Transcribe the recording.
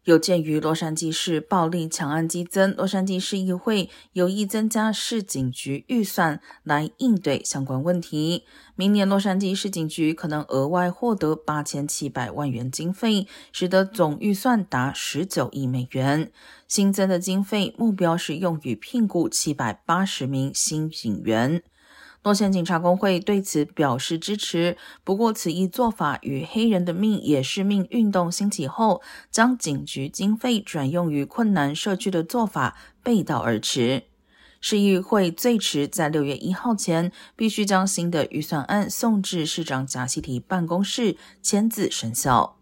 有鉴于洛杉矶市暴力抢案激增，洛杉矶市议会有意增加市警局预算来应对相关问题。明年洛杉矶市警局可能额外获得8700万元经费，使得总预算达19亿美元。新增的经费目标是用于聘雇780名新警员。洛县警察工会对此表示支持，不过此一做法与黑人的命也是命运动兴起后将警局经费转用于困难社区的做法背道而驰。市议会最迟在6月1号前必须将新的预算案送至市长贾西提办公室签字生效。